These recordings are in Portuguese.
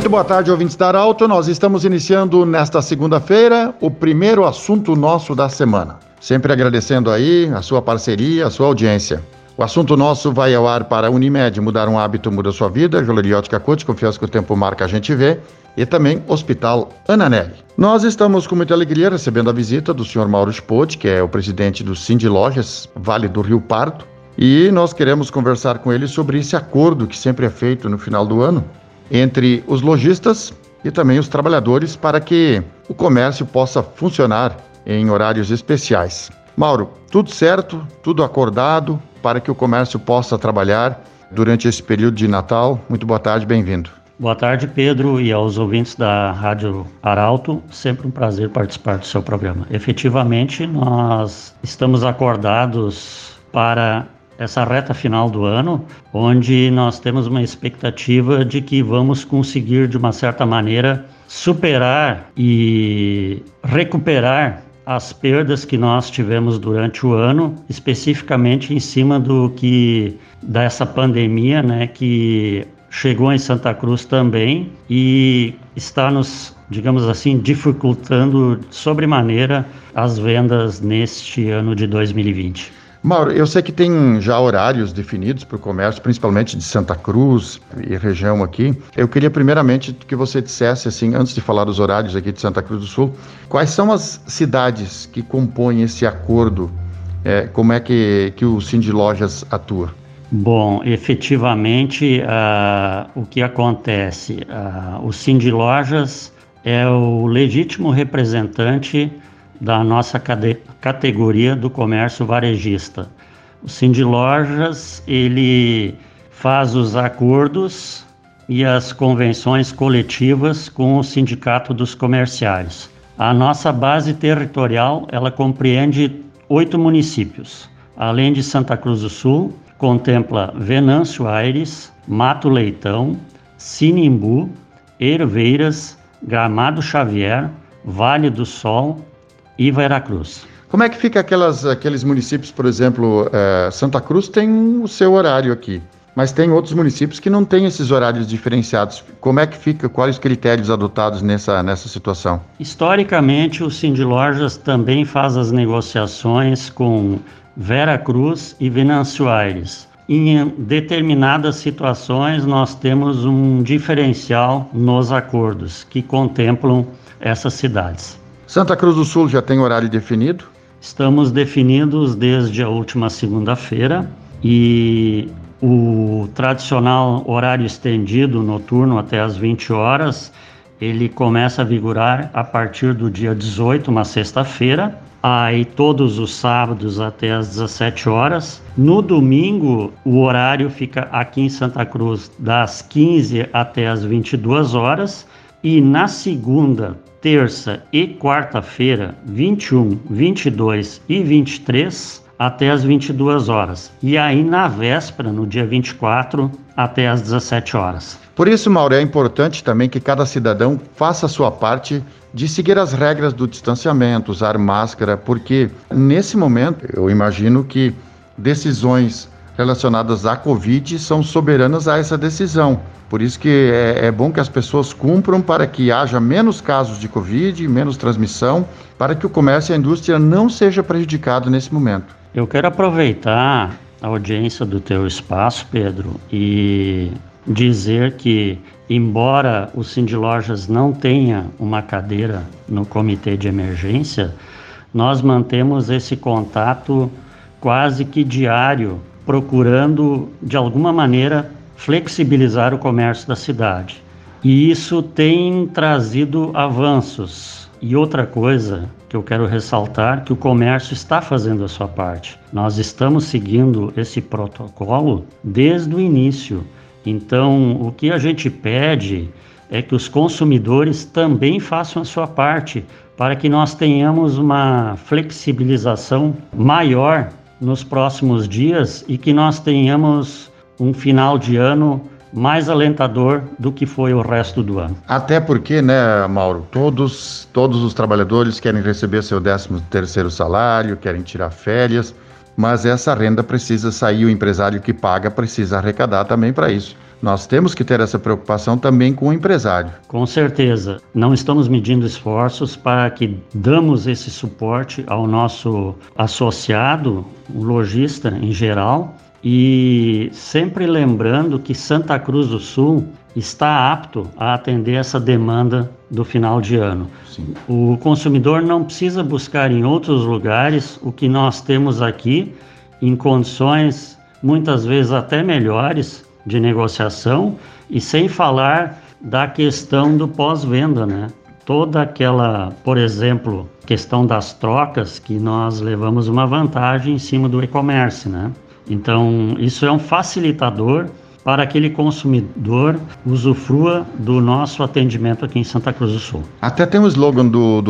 Muito boa tarde, ouvintes da Arauto. Nós estamos iniciando nesta segunda-feira o primeiro assunto nosso da semana. Sempre agradecendo aí a sua parceria, a sua audiência. O assunto nosso vai ao ar para a Unimed, mudar um hábito muda sua vida, Joalheria Ótica Cote, confiança que o tempo marca, a gente vê, e também Hospital Ananelli. Nós estamos com muita alegria recebendo a visita do senhor Mauro Spot, que é o presidente do Cindy Lojas, Vale do Rio Pardo, e nós queremos conversar com ele sobre esse acordo que sempre é feito no final do ano entre os lojistas e também os trabalhadores para que o comércio possa funcionar em horários especiais. Mauro, tudo certo, tudo acordado para que o comércio possa trabalhar durante esse período de Natal. Muito boa tarde, bem-vindo. Boa tarde, Pedro, e aos ouvintes da Rádio Arauto, sempre um prazer participar do seu programa. Efetivamente, nós estamos acordados para essa reta final do ano, onde nós temos uma expectativa de que vamos conseguir, de uma certa maneira, superar e recuperar as perdas que nós tivemos durante o ano, especificamente em cima dessa pandemia, né, que chegou em Santa Cruz também e está nos, digamos assim, dificultando sobremaneira as vendas neste ano de 2020. Mauro, eu sei que tem já horários definidos para o comércio, principalmente de Santa Cruz e região aqui. Eu queria primeiramente que você dissesse, assim, antes de falar dos horários aqui de Santa Cruz do Sul, quais são as cidades que compõem esse acordo? Como é que o Cindy Lojas atua? Bom, efetivamente, o que acontece? O Cindy Lojas é o legítimo representante da nossa categoria do comércio varejista. O Cindy Lojas, ele faz os acordos e as convenções coletivas com o Sindicato dos Comerciários. A nossa base territorial, ela compreende 8 municípios. Além de Santa Cruz do Sul, contempla Venâncio Aires, Mato Leitão, Sinimbu, Herveiras, Gramado Xavier, Vale do Sol e Veracruz. Como é que fica aqueles municípios, por exemplo, Santa Cruz tem o seu horário aqui, mas tem outros municípios que não têm esses horários diferenciados. Como é que fica? Quais os critérios adotados nessa situação? Historicamente, o Cindy Lojas também faz as negociações com Veracruz e Venâncio Aires. Em determinadas situações, nós temos um diferencial nos acordos que contemplam essas cidades. Santa Cruz do Sul já tem horário definido? Estamos definidos desde a última segunda-feira e o tradicional horário estendido noturno até às 20 horas, ele começa a vigorar a partir do dia 18, uma sexta-feira, aí todos os sábados até às 17 horas. No domingo, o horário fica aqui em Santa Cruz das 15 até às 22 horas e na segunda, terça e quarta-feira, 21, 22 e 23, até às 22 horas. E aí na véspera, no dia 24, até às 17 horas. Por isso, Mauro, é importante também que cada cidadão faça a sua parte de seguir as regras do distanciamento, usar máscara, porque nesse momento eu imagino que decisões relacionadas à Covid são soberanas a essa decisão. Por isso que é bom que as pessoas cumpram para que haja menos casos de Covid, menos transmissão, para que o comércio e a indústria não seja prejudicado nesse momento. Eu quero aproveitar a audiência do teu espaço, Pedro, e dizer que, embora o Cindy Lojas não tenha uma cadeira no comitê de emergência, nós mantemos esse contato quase que diário, procurando, de alguma maneira, flexibilizar o comércio da cidade. E isso tem trazido avanços. E outra coisa que eu quero ressaltar, que o comércio está fazendo a sua parte. Nós estamos seguindo esse protocolo desde o início. Então, o que a gente pede é que os consumidores também façam a sua parte, para que nós tenhamos uma flexibilização maior nos próximos dias e que nós tenhamos um final de ano mais alentador do que foi o resto do ano. Até porque, né, Mauro, todos os trabalhadores querem receber seu 13º salário, querem tirar férias, mas essa renda precisa sair, o empresário que paga precisa arrecadar também para isso. nós temos que ter essa preocupação também com o empresário. Com certeza. Não estamos medindo esforços para que damos esse suporte ao nosso associado, o lojista em geral, e sempre lembrando que Santa Cruz do Sul está apto a atender essa demanda do final de ano. Sim. O consumidor não precisa buscar em outros lugares o que nós temos aqui em condições muitas vezes até melhores de negociação, e sem falar da questão do pós-venda, né? Toda aquela, por exemplo, questão das trocas, que nós levamos uma vantagem em cima do e-commerce, né? Então, isso é um facilitador para aquele consumidor usufrua do nosso atendimento aqui em Santa Cruz do Sul. Até tem um slogan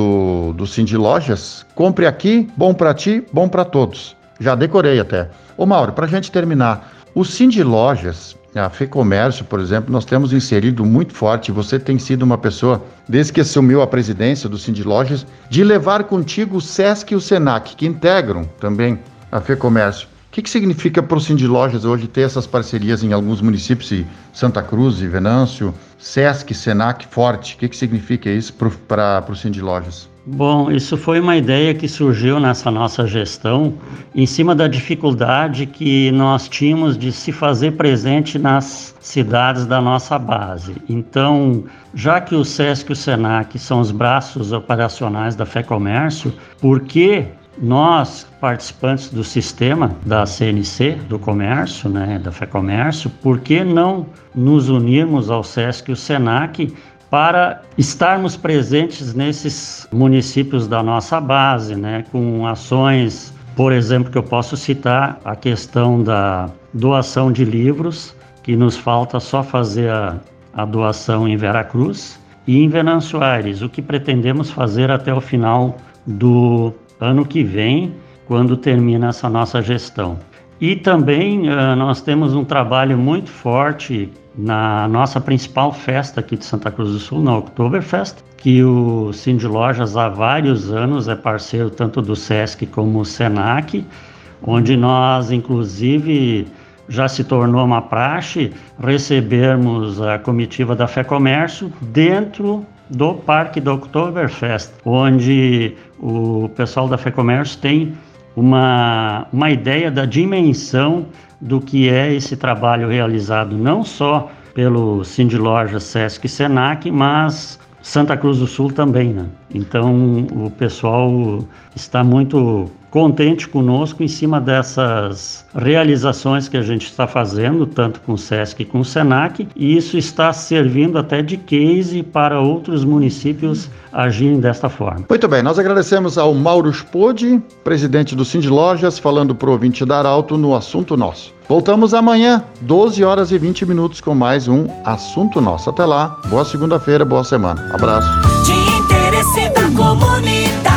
do Cindy Lojas: compre aqui, bom para ti, bom para todos. Já decorei até. Ô Mauro, para a gente terminar, o Cindy Lojas, a FEComércio, por exemplo, nós temos inserido muito forte, você tem sido uma pessoa, desde que assumiu a presidência do Cindy Lojas, de levar contigo o SESC e o SENAC, que integram também a FEComércio. O que significa para o Cindy Lojas hoje ter essas parcerias em alguns municípios, Santa Cruz e Venâncio, SESC, SENAC forte? O que significa isso para o Cindy Lojas? Bom, isso foi uma ideia que surgiu nessa nossa gestão em cima da dificuldade que nós tínhamos de se fazer presente nas cidades da nossa base. Então, já que o SESC e o SENAC são os braços operacionais da FEComércio, por que nós, participantes do sistema da CNC, do comércio, né, da FEComércio, por que não nos unirmos ao SESC e o SENAC para estarmos presentes nesses municípios da nossa base, né, com ações, por exemplo, que eu posso citar, a questão da doação de livros, que nos falta só fazer a doação em Veracruz, e em Venâncio Aires, o que pretendemos fazer até o final do ano que vem, quando termina essa nossa gestão. E também nós temos um trabalho muito forte na nossa principal festa aqui de Santa Cruz do Sul, na Oktoberfest, que o Cindy Lojas há vários anos é parceiro tanto do SESC como do SENAC, onde nós, inclusive, já se tornou uma praxe recebermos a comitiva da FEComércio dentro do Parque da Oktoberfest, onde o pessoal da FEComércio tem uma ideia da dimensão do que é esse trabalho realizado não só pelo Cindy Lojas, SESC e SENAC, mas Santa Cruz do Sul também, né? Então o pessoal está muito contente conosco em cima dessas realizações que a gente está fazendo, tanto com o SESC e com o SENAC, e isso está servindo até de case para outros municípios agirem desta forma. Muito bem, nós agradecemos ao Mauro Spode, presidente do Cindy Lojas, falando para o ouvinte da Arauto no Assunto Nosso. Voltamos amanhã, 12 horas e 20 minutos, com mais um Assunto Nosso. Até lá, boa segunda-feira, boa semana. Abraço. De interesse da comunidade.